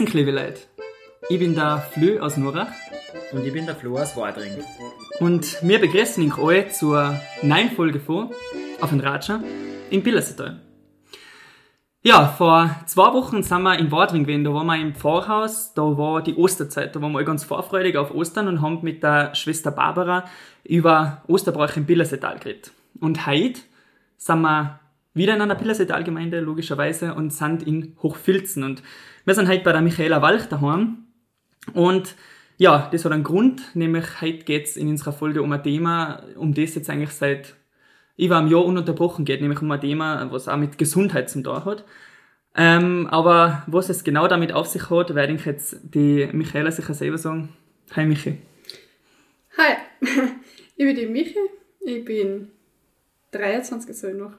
Morgen, liebe Leute. Ich bin der Flö aus Nurach. Und ich bin der Flo aus Wadring. Und wir begrüßen euch alle zur neuen Folge von Auf den Ratscher in Billersetal. Ja, vor 2 Wochen sind wir in Wadring gewesen. Da waren wir im Pfarrhaus, da war die Osterzeit. Da waren wir alle ganz vorfreudig auf Ostern und haben mit der Schwester Barbara über Osterbräuche in Billersetal geredet. Und heute sind wir wieder in einer Billersetal-Gemeinde, logischerweise, und sind in Hochfilzen. Und wir sind heute bei der Michaela Walch daheim. Und ja, das hat einen Grund, nämlich heute geht es in unserer Folge um ein Thema, um das jetzt eigentlich seit über einem Jahr ununterbrochen geht, nämlich um ein Thema, was auch mit Gesundheit zum tun hat. Aber was es genau damit auf sich hat, werde ich jetzt die Michaela sicher selber sagen. Hi Michi. Hi, ich bin die Michi, ich bin 23, soll ich noch.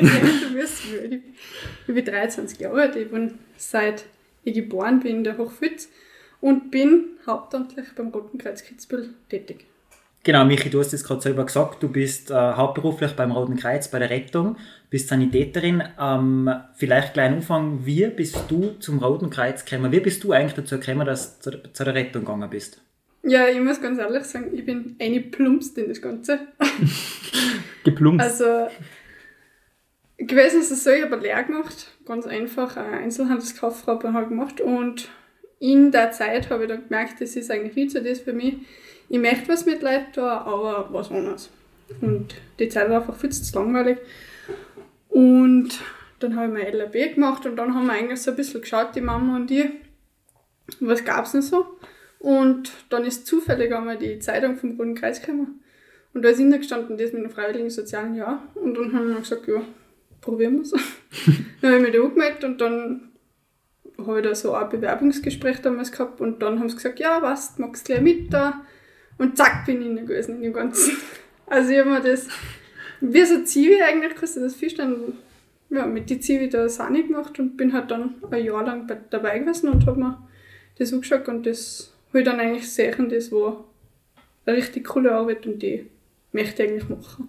Ich bin 23 Jahre alt, ich bin seit ich geboren bin in der Hochfilz und bin hauptamtlich beim Roten Kreuz Kitzbühel tätig. Genau, Michi, du hast es gerade selber gesagt, du bist hauptberuflich beim Roten Kreuz bei der Rettung, bist Sanitäterin. Vielleicht gleich Anfang, wie bist du zum Roten Kreuz gekommen? Wie bist du eigentlich dazu gekommen, dass du zu der Rettung gegangen bist? Ja, ich muss ganz ehrlich sagen, ich bin eingeplumpst in das Ganze. Geplumpst? Also, gewesen ist es so, ich habe eine Lehre gemacht, ganz einfach, eine Einzelhandelskauffrau habe ich gemacht und in der Zeit habe ich dann gemerkt, das ist eigentlich nicht so das für mich. Ich möchte was mit Leuten tun, aber was anderes. Und die Zeit war einfach viel zu langweilig. Und dann habe ich mein LAB gemacht und dann haben wir eigentlich so ein bisschen geschaut, die Mama und ich, was gab es denn so? Und dann ist zufällig einmal die Zeitung vom Roten Kreuz gekommen. Und da ist hinten gestanden, das mit einem freiwilligen sozialen Jahr. Und dann haben wir gesagt, ja, probieren wir es. Dann habe ich mich da angemeldet und dann habe ich da so ein Bewerbungsgespräch damals gehabt. Und dann haben sie gesagt, ja, was, magst du gleich mit da? Und zack, bin ich rein gewesen in dem Ganzen. Also ich habe mir das, wie so Zivi eigentlich, kannst du das vorstellen, ja, mit die Zivi da Sani gemacht und bin halt dann ein Jahr lang dabei gewesen und habe mir das angeschaut und das habe ich dann eigentlich gesehen, das war eine richtig coole Arbeit und die möchte ich eigentlich machen.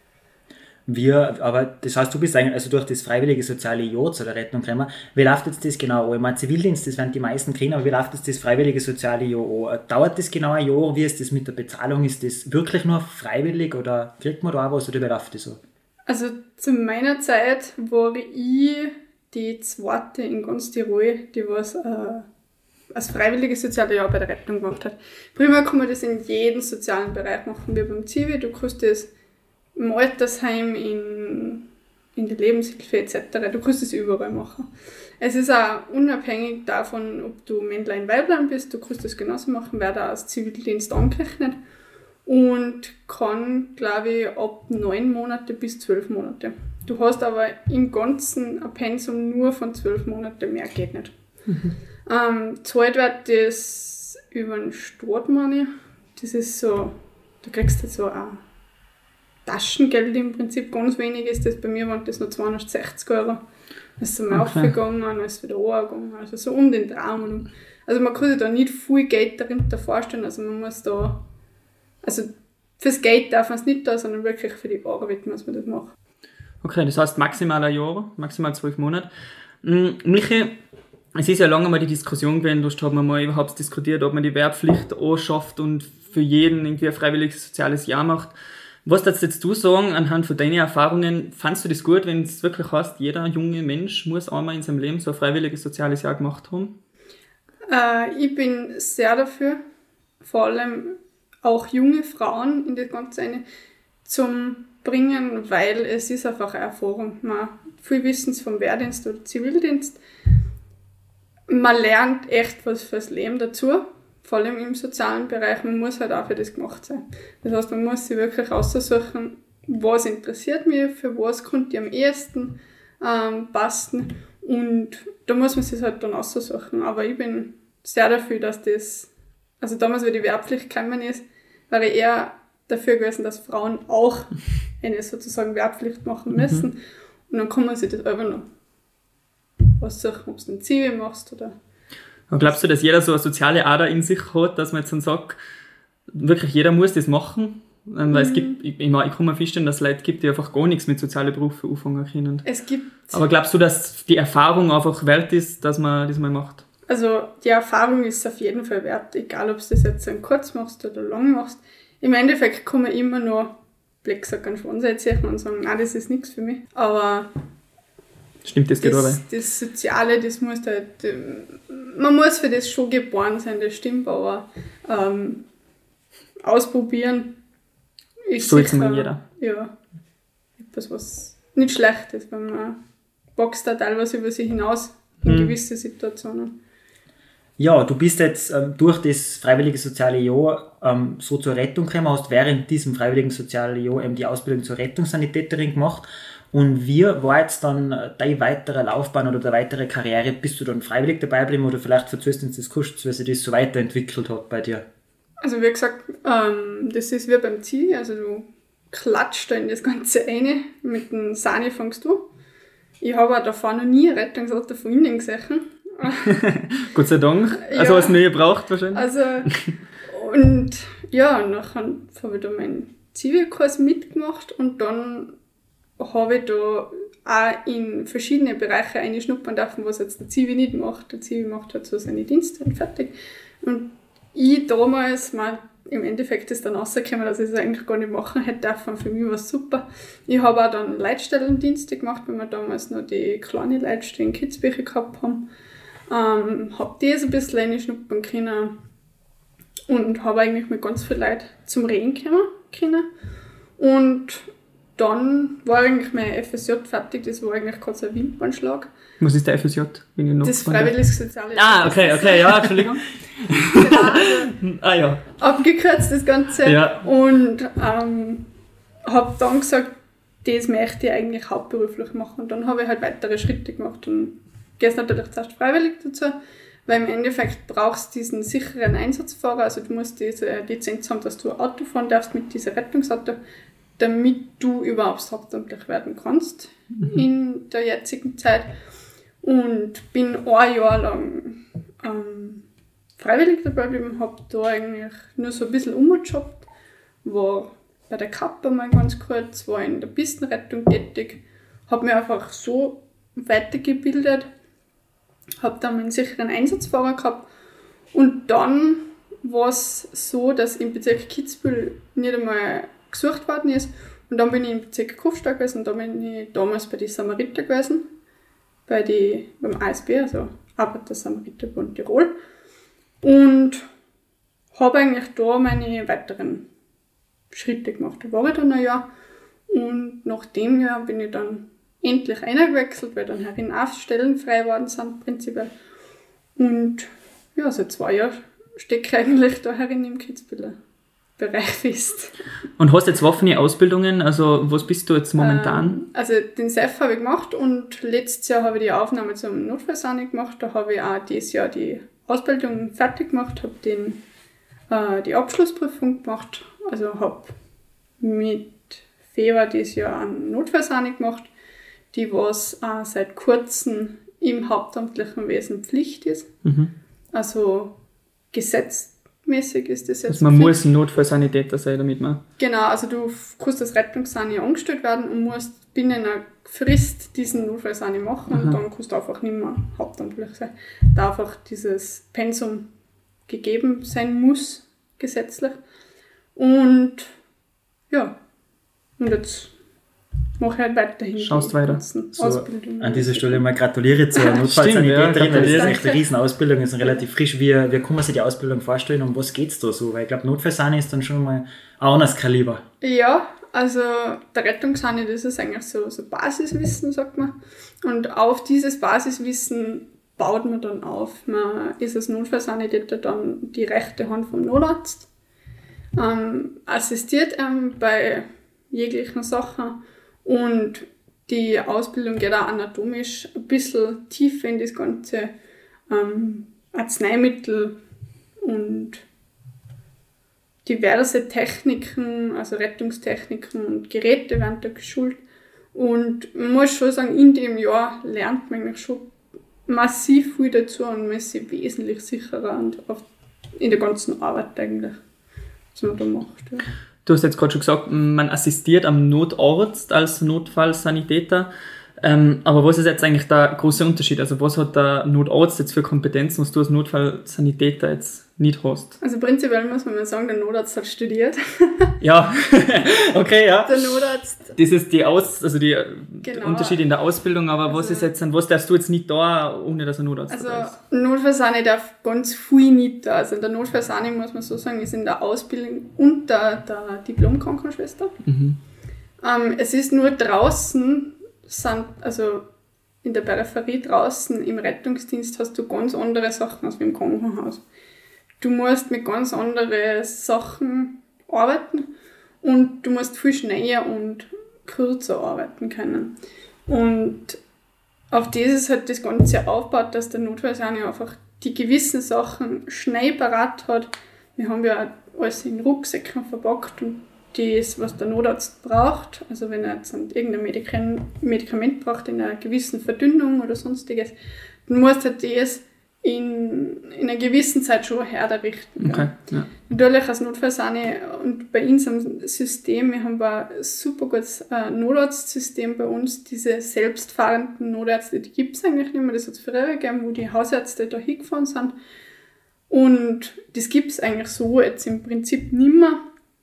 Aber das heißt, du bist eigentlich also durch das freiwillige soziale Jahr zu der Rettung gekommen. Wie läuft jetzt das genau an? Ich meine, Zivildienst, das werden die meisten kennen, aber wie läuft jetzt das freiwillige soziale Jahr an? Dauert das genau ein Jahr? Wie ist das mit der Bezahlung? Ist das wirklich nur freiwillig oder kriegt man da auch was oder wie läuft das so? Also zu meiner Zeit war ich die zweite in ganz Tirol, die was als freiwilliges soziales Jahr bei der Rettung gemacht hat. Primär kann man das in jedem sozialen Bereich machen, wie beim Zivi. Du kannst das im Altersheim, in der Lebenshilfe etc. Du kannst das überall machen. Es ist auch unabhängig davon, ob du Männlein, Weiblein bist, du kannst das genauso machen, wird auch als Zivildienst angerechnet und kann, glaube ich, ab 9 Monate bis 12 Monate. Du hast aber im Ganzen ein Pensum nur von 12 Monaten, mehr geht nicht. Zahlt wird das über den Staat, meine ich. Das ist so, du kriegst jetzt so ein Taschengeld im Prinzip, ganz wenig ist das. Bei mir waren das nur 260 €. Dann ist es mal aufgegangen, dann ist es wieder runtergegangen. Also so um den Traum. Also man kann sich da nicht viel Geld dahinter vorstellen. Also man muss da, also fürs Geld darf man es nicht da, sondern wirklich für die Arbeit muss man das machen. Okay, das heißt maximal ein Jahr, maximal 12 Monate. Michi, es ist ja lange mal die Diskussion gewesen, da haben wir mal überhaupt diskutiert, ob man die Wehrpflicht anschafft und für jeden irgendwie ein freiwilliges soziales Jahr macht. Was würdest jetzt du sagen, anhand von deinen Erfahrungen, fandst du das gut, wenn es wirklich heißt, jeder junge Mensch muss einmal in seinem Leben so ein freiwilliges soziales Jahr gemacht haben? Ich bin sehr dafür, vor allem auch junge Frauen in das Ganze zum bringen, weil es ist einfach eine Erfahrung. Viel wissen es vom Wehrdienst oder Zivildienst. Man lernt echt was fürs Leben dazu. Vor allem im sozialen Bereich, man muss halt auch für das gemacht sein. Das heißt, man muss sich wirklich aussuchen, was interessiert mich, für was könnte ich am ehesten passen und da muss man sich halt dann aussuchen. Aber ich bin sehr dafür, dass das, also damals, wie die Wehrpflicht gekommen ist, war ich eher dafür gewesen, dass Frauen auch eine sozusagen Wehrpflicht machen müssen und dann kann man sich das einfach noch aussuchen, ob du ein Zivi machst oder... Und glaubst du, dass jeder so eine soziale Ader in sich hat, dass man jetzt dann sagt, wirklich jeder muss das machen? Weil es gibt, ich kann mir feststellen, dass es Leute gibt, die einfach gar nichts mit sozialen Berufen anfangen können. Es gibt... Aber glaubst du, dass die Erfahrung einfach wert ist, dass man das mal macht? Also die Erfahrung ist auf jeden Fall wert, egal ob du das jetzt kurz machst oder lang machst. Im Endeffekt kann man immer noch, blöd gesagt, einen Schwanz einziehen und sagen, nein, das ist nichts für mich. Aber stimmt das gerade? Das Soziale, das muss halt, man muss für das schon geboren sein, das stimmt, aber ausprobieren ist so jetzt sicher, mal jeder. Ja, etwas, was nicht schlecht ist, weil man wächst da teilweise über sich hinaus in gewisse Situationen. Ja, du bist jetzt durch das Freiwillige Soziale Jahr so zur Rettung gekommen, hast während diesem Freiwilligen Soziale Jahr eben die Ausbildung zur Rettungssanitäterin gemacht. Und wie war jetzt dann deine weitere Laufbahn oder deine weitere Karriere? Bist du dann freiwillig dabei geblieben oder vielleicht verzögerst du uns das kurz, wie sich das so weiterentwickelt hat bei dir? Also wie gesagt, das ist wie beim Ziel, also du klatscht da in das Ganze rein, mit dem Sani fängst du. Ich habe auch davor noch nie ein Rettungsauto von innen gesehen. Gott sei Dank. Also was nie gebraucht wahrscheinlich. Also, und ja, nachher habe ich da meinen Zivilkurs mitgemacht und dann habe ich da auch in verschiedene Bereiche einschnuppern dürfen, was jetzt der Zivi nicht macht. Der Zivi macht halt so seine Dienste und fertig. Und ich damals mal im Endeffekt ist dann rausgekommen, dass ich es eigentlich gar nicht machen hätte dürfen. Für mich war es super. Ich habe auch dann Leitstellendienste gemacht, weil wir damals noch die kleine Leitstelle in Kitzbühel gehabt haben. Habe das ein bisschen reinschnuppern können und habe eigentlich mit ganz vielen Leuten zum Reden kommen können. Und dann war eigentlich mein FSJ fertig, das war eigentlich gerade so ein Wimpernschlag. Was ist der FSJ? Das Freiwillige Soziale. Okay, ja, Entschuldigung. Genau, ja. abgekürzt das Ganze. Ja. Und habe dann gesagt, das möchte ich eigentlich hauptberuflich machen. Und dann habe ich halt weitere Schritte gemacht. Und gehst natürlich zuerst freiwillig dazu, weil im Endeffekt brauchst du diesen sicheren Einsatzfahrer, also du musst diese Lizenz haben, dass du Auto fahren darfst mit diesem Rettungsauto, damit du überhaupt hauptamtlich werden kannst in der jetzigen Zeit. Und bin ein Jahr lang freiwillig dabei geblieben, habe da eigentlich nur so ein bisschen umgejobbt, war bei der Kappa mal ganz kurz, war in der Pistenrettung tätig, habe mich einfach so weitergebildet, habe dann meinen sicheren Einsatzfahrer gehabt und dann war es so, dass im Bezirk Kitzbühel nicht einmal gesucht worden ist und dann bin ich im Bezirk Kufstein gewesen und da bin ich damals bei den Samariter gewesen, beim ASB, also Arbeiter-Samariter-Bund Tirol, und habe eigentlich da meine weiteren Schritte gemacht. Da war ich dann ein Jahr und nach dem Jahr bin ich dann endlich eingewechselt, weil dann herin auch Stellen frei geworden sind, prinzipiell. Und ja, seit 2 Jahren stecke ich eigentlich da herin im Kitzbüheler Bereich fest. Und hast jetzt offene Ausbildungen, also was bist du jetzt momentan? Also den SEF habe ich gemacht und letztes Jahr habe ich die Aufnahme zum Notfallsani gemacht. Da habe ich auch dieses Jahr die Ausbildung fertig gemacht, habe die Abschlussprüfung gemacht, also habe mit Februar dieses Jahr einen Notfallsani gemacht, die was seit kurzem im hauptamtlichen Wesen Pflicht ist. Also gesetzmäßig ist das jetzt also man muss ein Notfallsanitäter sein, damit man... Genau, also du kannst als Rettungssani angestellt werden und musst binnen einer Frist diesen Notfallsani machen und dann kannst du einfach nicht mehr hauptamtlich sein. Da einfach dieses Pensum gegeben sein muss, gesetzlich. Und ja, und jetzt mache ich halt weiterhin Schaust weiter. So, Ausbildung. an dieser Stelle mal gratuliere zur Notfallsanitäterin, weil das ist echt eine Riesenausbildung, ist relativ frisch. Wie kann man sich die Ausbildung vorstellen, um was geht es da so? Weil ich glaube, Notfallsani ist dann schon mal ein anderes Kaliber. Ja, also der Rettungssani, das ist eigentlich so Basiswissen, sagt man. Und auf dieses Basiswissen baut man dann auf. Man ist als Notfallsanitäter dann die rechte Hand vom Notarzt, assistiert bei jeglichen Sachen und die Ausbildung geht auch anatomisch ein bisschen tiefer in das ganze Arzneimittel und diverse Techniken, also Rettungstechniken und Geräte werden da geschult. Und man muss schon sagen, in dem Jahr lernt man eigentlich schon massiv viel dazu und man ist sich wesentlich sicherer und in der ganzen Arbeit eigentlich, was man da macht. Ja. Du hast jetzt gerade schon gesagt, man assistiert am Notarzt als Notfallsanitäter. Aber was ist jetzt eigentlich der große Unterschied? Also was hat der Notarzt jetzt für Kompetenzen, was du als Notfallsanitäter jetzt nicht hast? Also prinzipiell muss man mal sagen, der Notarzt hat studiert. Ja, okay, ja. Der Notarzt. Das ist die Genau. Unterschied in der Ausbildung, aber was ist jetzt, was darfst du jetzt nicht da, ohne dass ein Notarzt dabei ist? Notfallsani darf ganz viel nicht da. Also der Notfallsani, muss man so sagen, ist in der Ausbildung unter der Diplom-Krankenschwester. Es ist nur draußen, also in der Peripherie draußen im Rettungsdienst hast du ganz andere Sachen als im Krankenhaus. Du musst mit ganz anderen Sachen arbeiten und du musst viel schneller und kürzer arbeiten können. Und auf das ist halt das Ganze aufgebaut, dass der Notfallsani einfach die gewissen Sachen schnell parat hat. Wir haben ja alles in Rucksäcken verpackt und das, was der Notarzt braucht, also wenn er jetzt irgendein Medikament braucht in einer gewissen Verdünnung oder sonstiges, dann muss er das in einer gewissen Zeit schon herrichten. Okay, ja. Natürlich als Notfallsani und bei uns am System, wir haben ein super gutes Notarztsystem bei uns, diese selbstfahrenden Notärzte, die gibt es eigentlich nicht mehr, das hat es früher gegeben, wo die Hausärzte da hingefahren sind. Und das gibt es eigentlich so jetzt im Prinzip nicht mehr.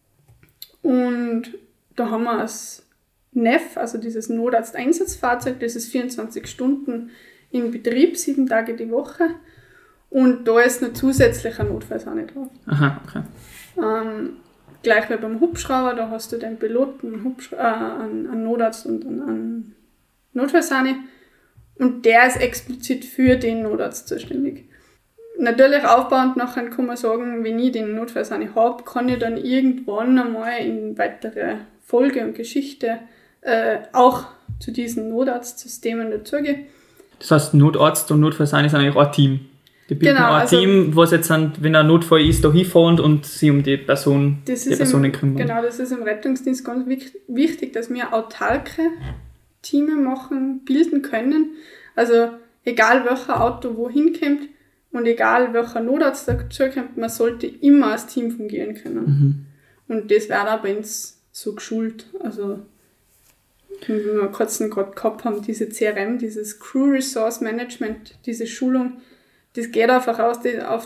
Und da haben wir das NEF, also dieses Notarzt-Einsatzfahrzeug, das ist 24 Stunden in Betrieb, 7 Tage die Woche. Und da ist noch zusätzlich ein Notfallsani drauf. Aha, okay. Gleich wie beim Hubschrauber, da hast du den Piloten, einen Notarzt und einen Notfallsani. Und der ist explizit für den Notarzt zuständig. Natürlich aufbauend nachher kann man sagen, wenn ich den Notfallsani habe, kann ich dann irgendwann einmal in weitere Folge und Geschichte auch zu diesen Notarztsystemen dazugehen. Das heißt, Notarzt und Notfallsani sind eigentlich auch ein Team. Die bilden Genau, auch ein Team, was jetzt, wenn ein Notfall ist, da hinfahren und sich um die Personen kümmern. Genau, das ist im Rettungsdienst ganz wichtig, dass wir autarke Teams bilden können. Also egal welcher Auto wohin kommt und egal welcher Notarzt dazu kommt, man sollte immer als Team fungieren können. Und das wird auch bei uns so geschult. Also wenn wir kurz gerade gehabt haben, diese CRM, dieses Crew Resource Management, diese Schulung, das geht einfach auf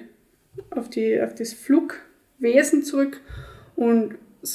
das Flugwesen zurück und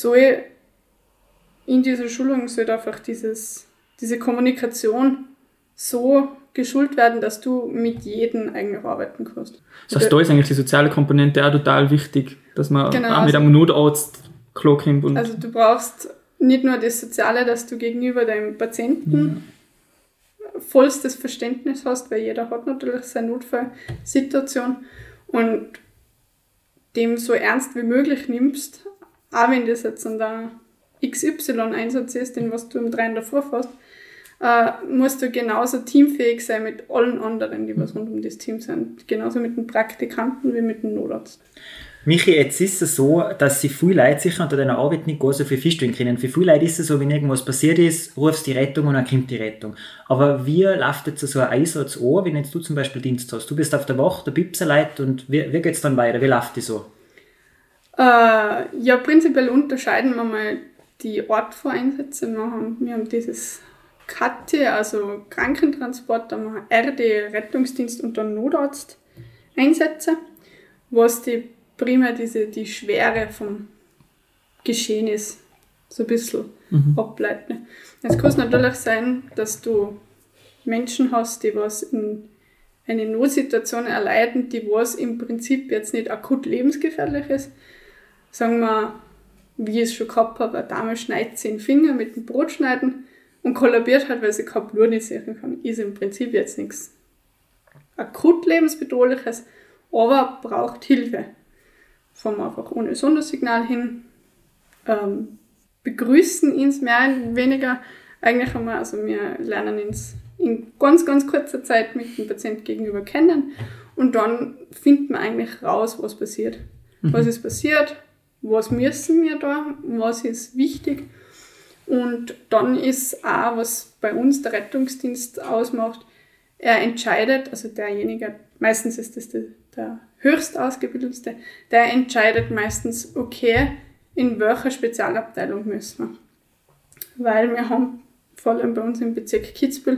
in dieser Schulung soll einfach diese Kommunikation so geschult werden, dass du mit jedem eigentlich arbeiten kannst. Das heißt, da ist eigentlich die soziale Komponente auch total wichtig, dass man auch mit einem Notarzt klarkommt. Also du brauchst nicht nur das Soziale, dass du gegenüber deinem Patienten vollstes Verständnis hast, weil jeder hat natürlich seine Notfallsituation und dem so ernst wie möglich nimmst, auch wenn das jetzt an der XY-Einsatz ist, den was du um 3 in der Früh fährst, musst du genauso teamfähig sein mit allen anderen, die was rund um das Team sind. Genauso mit den Praktikanten wie mit dem Notarzt. Michi, jetzt ist es so, dass sich viele Leute sicher unter deiner Arbeit nicht gar so viel feststellen können. Für viele Leute ist es so, wenn irgendwas passiert ist, rufst du die Rettung und dann kommt die Rettung. Aber wie läuft jetzt so ein Einsatz an, wenn jetzt du zum Beispiel Dienst hast? Du bist auf der Wache, der Bipser Leute und wie geht es dann weiter? Wie läuft das so? Ja, prinzipiell unterscheiden wir mal die Art von Einsätzen. Wir haben dieses KATI, also Krankentransport, dann haben wir RD, Rettungsdienst und dann Notarzt-Einsätze, was die primär die Schwere vom Geschehen ist, so ein bisschen ableiten. Es kann natürlich sein, dass du Menschen hast, die was in eine Notsituation erleiden, die was im Prinzip jetzt nicht akut lebensgefährlich ist. Sagen wir, wie ich es schon gehabt habe, eine Dame schneidet sich den Finger mit dem Brotschneiden und kollabiert halt, weil sie kein Blut nicht sehen kann. Ist im Prinzip jetzt nichts akut lebensbedrohliches, aber braucht Hilfe. Fahren wir einfach ohne Sondersignal hin, begrüßen ihn mehr oder weniger eigentlich einmal, also wir lernen ihn in ganz, ganz kurzer Zeit mit dem Patienten gegenüber kennen und dann finden wir eigentlich raus, was passiert. Was ist passiert, was müssen wir da, was ist wichtig und dann ist auch, was bei uns der Rettungsdienst ausmacht, er entscheidet, also derjenige, meistens ist das der höchst ausgebildetste, der entscheidet meistens, okay, in welcher Spezialabteilung müssen wir. Weil wir haben vor allem bei uns im Bezirk Kitzbühel,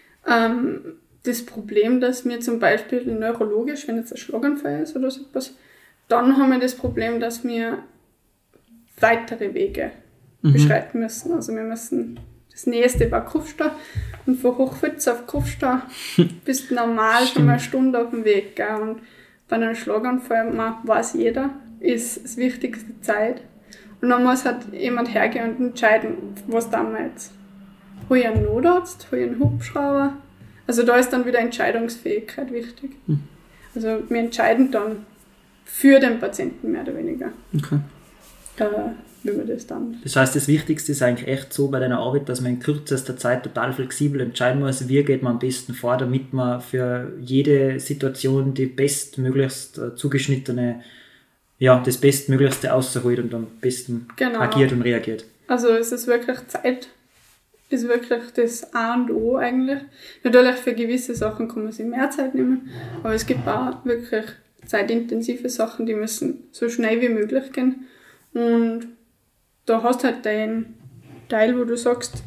das Problem, dass wir zum Beispiel neurologisch, wenn jetzt ein Schlaganfall ist oder so etwas, dann haben wir das Problem, dass wir weitere Wege beschreiten müssen. Also wir müssen, das nächste war Kufstein und von Hochfitz auf Kufstein bist du normal schon mal eine Stunde auf dem Weg. Gell? Und bei einem Schlaganfall, weiß jeder, ist das wichtigste Zeit. Und dann muss halt jemand hergehen und entscheiden, was tun wir jetzt. Hol ich einen Notarzt, hol ich einen Hubschrauber. Also da ist dann wieder Entscheidungsfähigkeit wichtig. Also wir entscheiden dann für den Patienten mehr oder weniger. Okay. Wie wir das dann. Das heißt, das Wichtigste ist eigentlich echt so bei deiner Arbeit, dass man in kürzester Zeit total flexibel entscheiden muss, wie geht man am besten vor, damit man für jede Situation die bestmöglichst zugeschnittene, das Bestmöglichste rausholt und am besten agiert und reagiert. Also es ist wirklich Zeit, ist wirklich das A und O eigentlich. Natürlich für gewisse Sachen kann man sich mehr Zeit nehmen, aber es gibt auch wirklich zeitintensive Sachen, die müssen so schnell wie möglich gehen. Und da hast du halt den Teil, wo du sagst,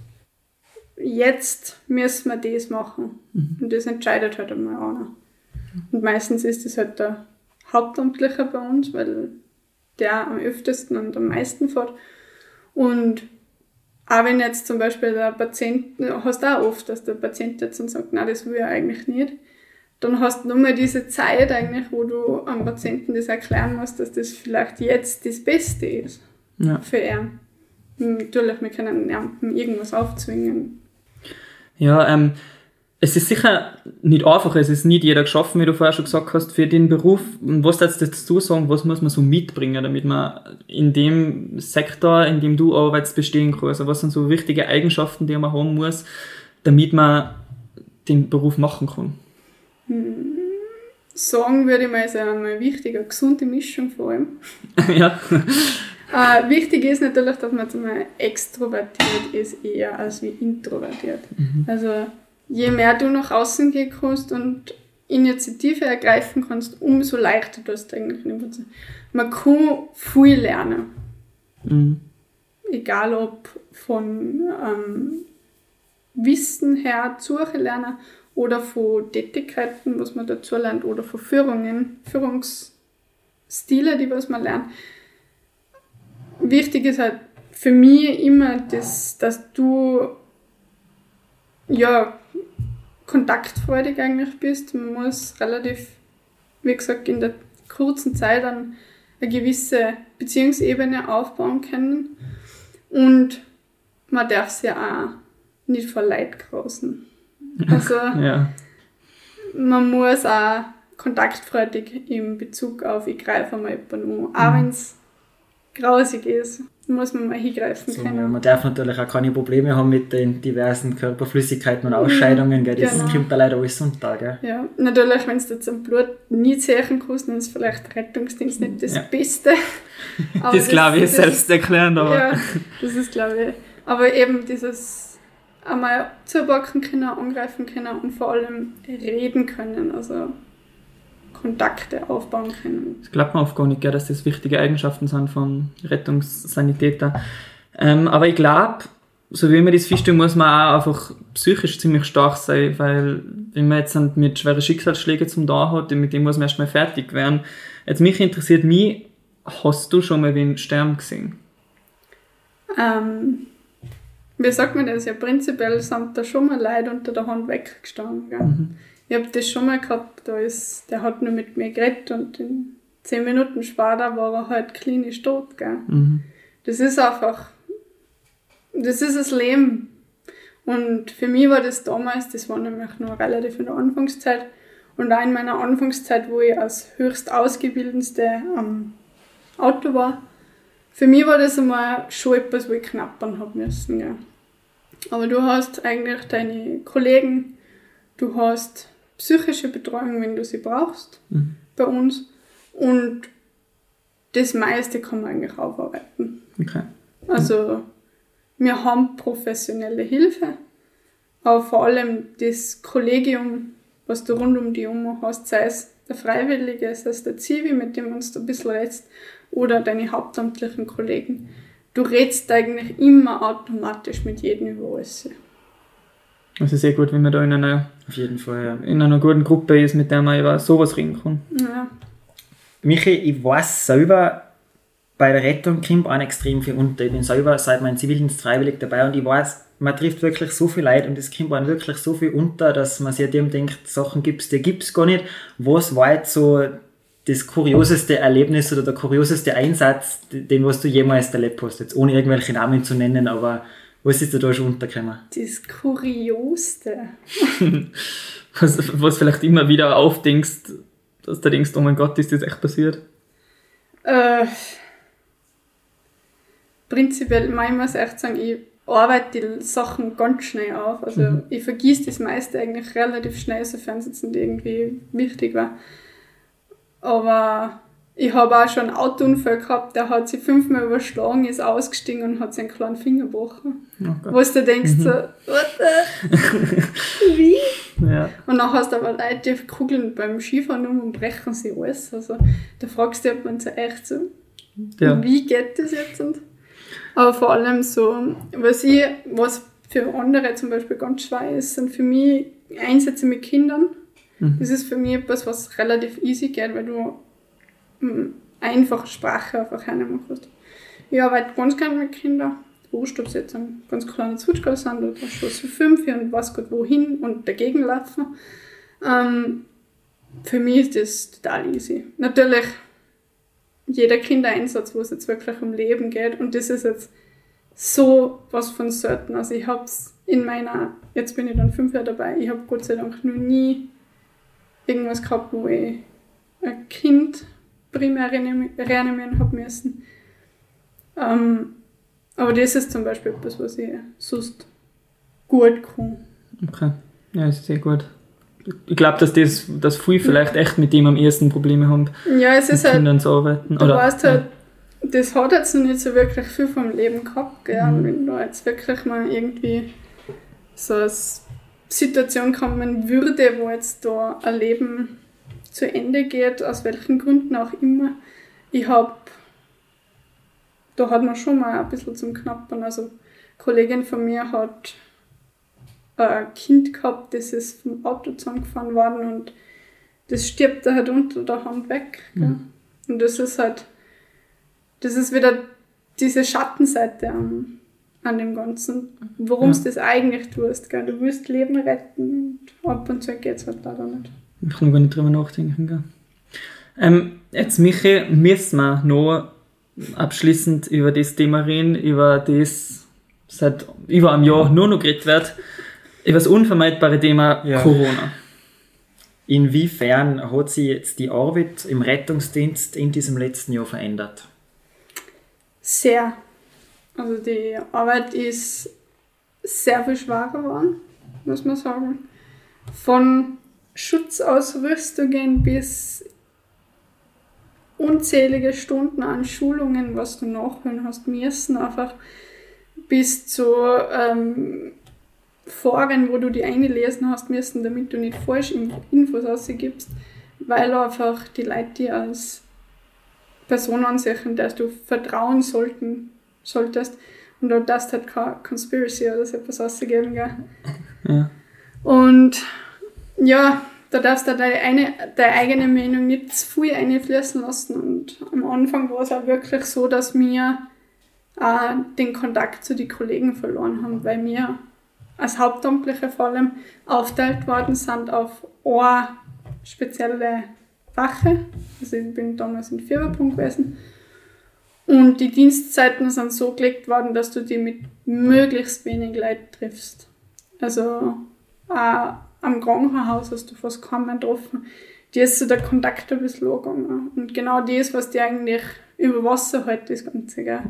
jetzt müssen wir das machen. Und das entscheidet halt einmal einer. Und meistens ist das halt der Hauptamtliche bei uns, weil der am öftesten und am meisten fährt. Und auch wenn jetzt zum Beispiel der Patient, hast du auch oft, dass der Patient jetzt dann sagt, nein, das will er eigentlich nicht, dann hast du nur mal diese Zeit eigentlich, wo du am Patienten das erklären musst, dass das vielleicht jetzt das Beste ist für ihn. Natürlich, wir können ihm irgendwas aufzwingen. Ja, es ist sicher nicht einfach, es ist nicht jeder geschaffen, wie du vorher schon gesagt hast, für den Beruf. Und was würdest du dazu sagen, was muss man so mitbringen, damit man in dem Sektor, in dem du arbeitest, bestehen kann? Also was sind so wichtige Eigenschaften, die man haben muss, damit man den Beruf machen kann? Sagen würde ich mal, ist eine wichtige, gesunde Mischung vor allem. Ja. Wichtig ist natürlich, dass man jetzt mal extrovertiert ist, eher als wie introvertiert. Also je mehr du nach außen gehen kannst und Initiative ergreifen kannst, umso leichter tust du eigentlich nicht. Man kann viel lernen. Egal ob von Wissen her, Suche lernen oder von Tätigkeiten, was man dazu lernt, oder von Führungsstile, die was man lernt. Wichtig ist halt für mich immer, dass du kontaktfreudig eigentlich bist. Man muss relativ, wie gesagt, in der kurzen Zeit eine gewisse Beziehungsebene aufbauen können. Und man darf sich auch nicht vor Leid grausen. Also man muss auch kontaktfreudig in Bezug auf, ich greife mal jemanden an. Auch wenn es grausig ist, muss man mal hingreifen können. Ja, man darf natürlich auch keine Probleme haben mit den diversen Körperflüssigkeiten und Ausscheidungen, gell? Das kommt da leider alles unter. Gell? Ja, natürlich, wenn du jetzt am Blut nicht sehen kannst, dann ist vielleicht der Rettungsdienst nicht das Beste. Aber das glaube ich, ist selbsterklärend. Aber. Ja, das ist glaube ich. Aber eben dieses einmal zupacken können, angreifen können und vor allem reden können, also Kontakte aufbauen können. Das glaubt man oft gar nicht, gell, dass das wichtige Eigenschaften sind von Rettungssanitäter. Aber ich glaube, so wie man das feststellt, muss man auch einfach psychisch ziemlich stark sein, weil wenn man jetzt mit schweren Schicksalsschlägen zum da hat, mit dem muss man erstmal fertig werden. Jetzt mich interessiert, hast du schon mal wen sterben gesehen? Wie sagt man das? Ja, prinzipiell sind da schon mal Leute unter der Hand weggestanden. Gell? Ich habe das schon mal gehabt, der hat nur mit mir geredet und in 10 Minuten später war er halt klinisch tot. Gell? Das ist einfach, das ist das Leben. Und für mich war das damals, das war nämlich noch relativ in der Anfangszeit und auch in meiner Anfangszeit, wo ich als höchst ausgebildendste am Auto war, für mich war das einmal schon etwas, wo ich knappern habe müssen. Gell? Aber du hast eigentlich deine Kollegen, du hast psychische Betreuung, wenn du sie brauchst, bei uns. Und das meiste kann man eigentlich aufarbeiten. Okay. Also wir haben professionelle Hilfe, aber vor allem das Kollegium, was du rund um die hast, sei es der Freiwillige, sei es der Zivi, mit dem uns ein bisschen redest, oder deine hauptamtlichen Kollegen. Du redest eigentlich immer automatisch mit jedem über alles. Es ist sehr gut, wenn man da Auf jeden Fall, ja. in einer guten Gruppe ist, mit der man über sowas reden kann. Ja. Michi, ich weiß selber, bei der Rettung kommt auch extrem viel unter. Ich bin selber seit meinem Zivildienst freiwillig dabei und ich weiß, man trifft wirklich so viel Leute und es kommt einem wirklich so viel unter, dass man sich dem denkt, Sachen gibt es gar nicht. Was war jetzt so das kurioseste Erlebnis oder der kurioseste Einsatz, den was du jemals erlebt hast? Jetzt ohne irgendwelche Namen zu nennen, aber was ist dir da schon untergekommen? Das Kurioseste. Was vielleicht immer wieder aufdenkst, dass du denkst, oh mein Gott, ist das echt passiert? Prinzipiell, ich muss echt sagen, ich arbeite die Sachen ganz schnell auf. Also ich vergesse das meiste eigentlich relativ schnell, sofern es jetzt nicht irgendwie wichtig war. Aber ich habe auch schon einen Autounfall gehabt, der hat sich 5-mal überschlagen, ist ausgestiegen und hat seinen kleinen Finger gebrochen. Oh Wo du denkst so, wie? Ja. Und dann hast du aber Leute, die kugeln beim Skifahren und brechen sie alles. Also da fragst du dich, ob man so echt so, wie geht das jetzt? Aber vor allem so, was für andere zum Beispiel ganz schwer ist, sind für mich Einsätze mit Kindern. Das ist für mich etwas, was relativ easy geht, weil du einfache Sprache einfach hernehmen kannst. Ich arbeite ganz gerne mit Kindern. Wurscht, ob sie jetzt ein ganz kleine Zwitschger sind oder schon so 5 und weiß gut wohin und dagegen laufen. Für mich ist das total easy. Natürlich jeder Kindereinsatz, wo es jetzt wirklich um Leben geht, und das ist jetzt so was von selten. Also ich habe es jetzt bin ich dann 5 Jahre dabei, ich habe Gott sei Dank noch nie irgendwas gehabt, wo ich ein Kind primär reanimieren habe müssen. Aber das ist zum Beispiel etwas, was ich sonst gut kann. Okay, ja, das ist sehr gut. Ich glaube, dass viele vielleicht echt mit dem am ehesten Probleme haben, ja, es ist mit Kindern halt, zu arbeiten. Du weißt halt, das hat jetzt noch nicht so wirklich viel vom Leben gehabt. Gell? Und wenn da jetzt wirklich mal irgendwie so eine Situation kommen würde, wo jetzt da ein Leben zu Ende geht, aus welchen Gründen auch immer, da hat man schon mal ein bisschen zum Knappern. Also eine Kollegin von mir hat ein Kind gehabt, das ist vom Auto zusammengefahren worden und das stirbt da halt unter der Hand weg. Gell? Und das ist wieder diese Schattenseite an dem Ganzen, warum du das eigentlich tust. Gell? Du willst Leben retten und ab und zu geht es halt leider nicht. Ich kann gar nicht drüber nachdenken. Gell? Jetzt, Michi, müssen wir noch abschließend über das Thema reden, über das seit über einem Jahr nur noch geredet wird, über das unvermeidbare Thema Corona. Inwiefern hat sich jetzt die Arbeit im Rettungsdienst in diesem letzten Jahr verändert? Sehr. Also die Arbeit ist sehr viel schwerer geworden, muss man sagen. Von Schutzausrüstungen bis unzählige Stunden an Schulungen, was du nachholen hast müssen, einfach bis zu Foren, wo du die eingelesen hast müssen, damit du nicht falsch Infos ausgibst, weil einfach die Leute die als Person ansehen, der du vertrauen solltest und du darfst halt keine Conspiracy oder so etwas ausgeben, gell? Ja. Und ja, da darfst du deine eigene Meinung nicht zu viel einfließen lassen. Und am Anfang war es auch wirklich so, dass wir den Kontakt zu den Kollegen verloren haben, weil wir als Hauptamtliche vor allem aufteilt worden sind auf eine spezielle Wache. Also ich bin damals in Viererpunkt gewesen. Und die Dienstzeiten sind so gelegt worden, dass du die mit möglichst wenig Leuten triffst. Also am Krankenhaus hast du fast keinen mehr getroffen. Dir ist so der Kontakt ein bisschen angegangen. Und genau das, was dir eigentlich über Wasser hält, das Ganze. Gell?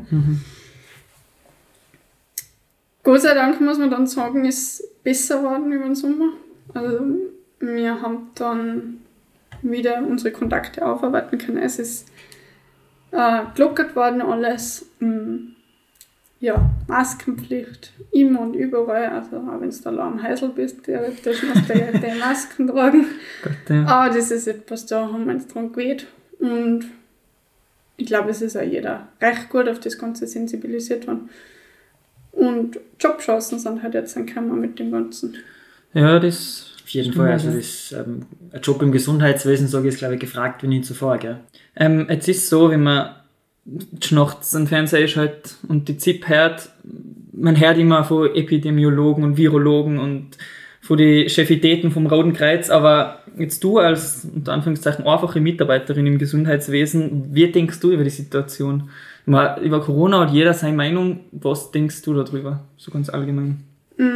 Gott sei Dank muss man dann sagen, ist besser geworden über den Sommer. Also wir haben dann wieder unsere Kontakte aufarbeiten können. Es ist gelockert worden alles. Ja, Maskenpflicht immer und überall. Also auch wenn du da am Häusl bist, theoretisch musst du die Masken tragen. Gott, ja. Aber das ist etwas, da haben wir uns dran gewöhnt. Und ich glaube, es ist auch jeder recht gut auf das Ganze sensibilisiert worden. Und Jobchancen sind halt jetzt gekommen mit dem Ganzen. Ja, das... Auf jeden Fall, also das, ein Job im Gesundheitswesen, sage ich, ist, glaube ich, gefragt wie nie zuvor, gell? Jetzt ist es so, wenn man nachts einen Fernseher einschaltet und die ZIP hört, man hört immer von Epidemiologen und Virologen und von den Chefitäten vom Roten Kreuz, aber jetzt du als, unter Anführungszeichen, einfache Mitarbeiterin im Gesundheitswesen, wie denkst du über die Situation? Über Corona hat jeder seine Meinung, was denkst du darüber, so ganz allgemein?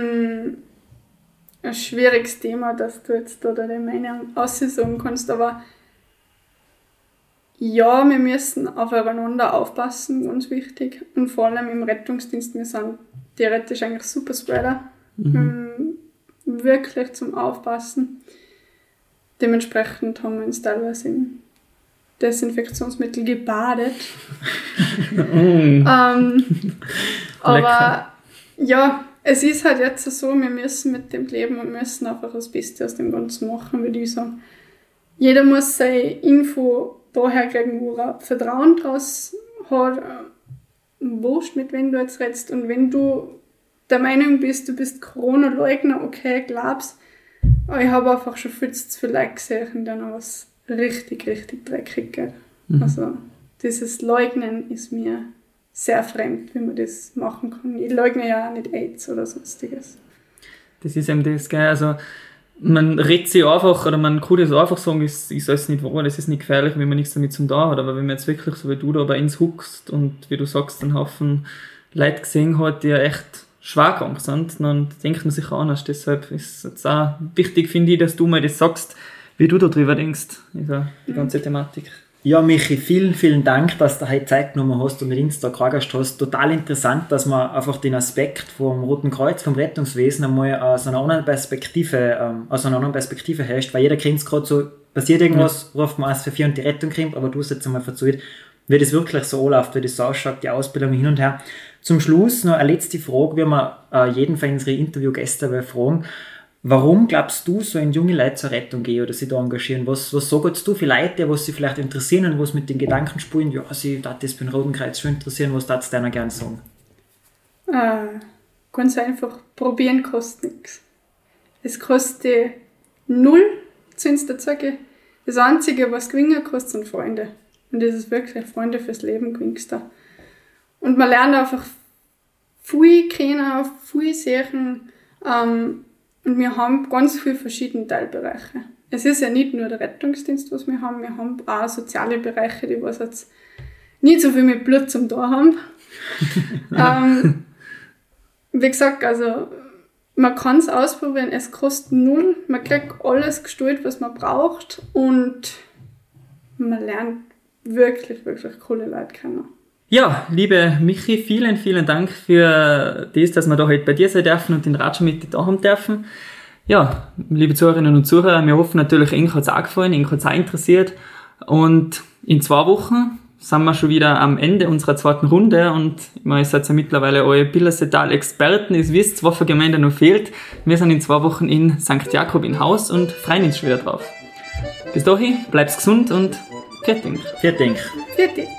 Ein schwieriges Thema, dass du jetzt da deine Meinung aussagen kannst, aber ja, wir müssen aufeinander aufpassen, ganz wichtig. Und vor allem im Rettungsdienst, wir sind theoretisch eigentlich Superspreader. Wirklich zum Aufpassen. Dementsprechend haben wir uns teilweise in Desinfektionsmittel gebadet. Aber ja, es ist halt jetzt so, wir müssen mit dem leben und müssen einfach das Beste aus dem Ganzen machen, würde ich sagen. Jeder muss seine Info daher kriegen, wo er Vertrauen draus hat. Wurscht, mit wem du jetzt redest. Und wenn du der Meinung bist, du bist Corona-Leugner, okay, glaub's. Aber ich habe einfach schon viel zu viele Leute gesehen, in denen was richtig, richtig dreckig geht. Also dieses Leugnen ist mir sehr fremd, wie man das machen kann. Ich leugne ja auch nicht AIDS oder sonstiges. Das ist eben das, gell? Also man redet sich einfach, oder man kann das einfach sagen, ist alles nicht wahr, das ist nicht gefährlich, wenn man nichts damit zum tun hat. Aber wenn man jetzt wirklich, so wie du da bei uns huckst und wie du sagst, einen Haufen Leute gesehen hat, die ja echt schwer krank sind, dann denkt man sich anders. Deshalb ist es jetzt auch wichtig, finde ich, dass du mal das sagst, wie du darüber denkst, über die ganze Thematik. Ja, Michi, vielen, vielen Dank, dass du heute Zeit genommen hast und mit uns da gefragt hast. Total interessant, dass man einfach den Aspekt vom Roten Kreuz, vom Rettungswesen einmal aus einer anderen Perspektive herrscht, weil jeder kennt es gerade so, passiert irgendwas, ruft man 144 und die Rettung kommt, aber du hast jetzt einmal erzählt, wie das wirklich so anläuft, wie das so ausschaut, die Ausbildung hin und her. Zum Schluss noch eine letzte Frage, wie wir jeden von unseren Interviewgästen fragen. Warum glaubst du, so in junge Leute zur Rettung gehen oder sich da engagieren? Was sagst du für Leute, was sie vielleicht interessieren und was mit den Gedanken spielen, ja, sie darf das beim Roten Kreuz schon interessieren, was darfst du denen gerne sagen? Ganz einfach, probieren kostet nichts. Es kostet 0, zu uns dazugehen. Das Einzige, was gewinnen kostet, sind Freunde. Und das ist wirklich Freunde fürs Leben gewinnst da. Und man lernt einfach viel kennen, viel sehen. Und wir haben ganz viele verschiedene Teilbereiche. Es ist ja nicht nur der Rettungsdienst, was wir haben auch soziale Bereiche, die was jetzt nicht so viel mit Blut zum Tun haben. Wie gesagt, also man kann es ausprobieren, es kostet 0, man kriegt alles gestellt, was man braucht und man lernt wirklich, wirklich coole Leute kennen. Ja, liebe Michi, vielen, vielen Dank für das, dass wir da heute bei dir sein dürfen und den Ratscher mit da haben dürfen. Ja, liebe Zuhörerinnen und Zuhörer, wir hoffen natürlich, Ihnen hat es auch gefallen, Ihnen hat es auch interessiert. Und in 2 Wochen sind wir schon wieder am Ende unserer 2. Runde und ich meine, ihr seid ja mittlerweile eure Pillersetal-Experten, ihr wisst, was für Gemeinde noch fehlt. Wir sind in 2 Wochen in St. Jakob in Haus und freuen uns schon wieder drauf. Bis dahin, bleibt gesund und fertig. Fertig. Fertig.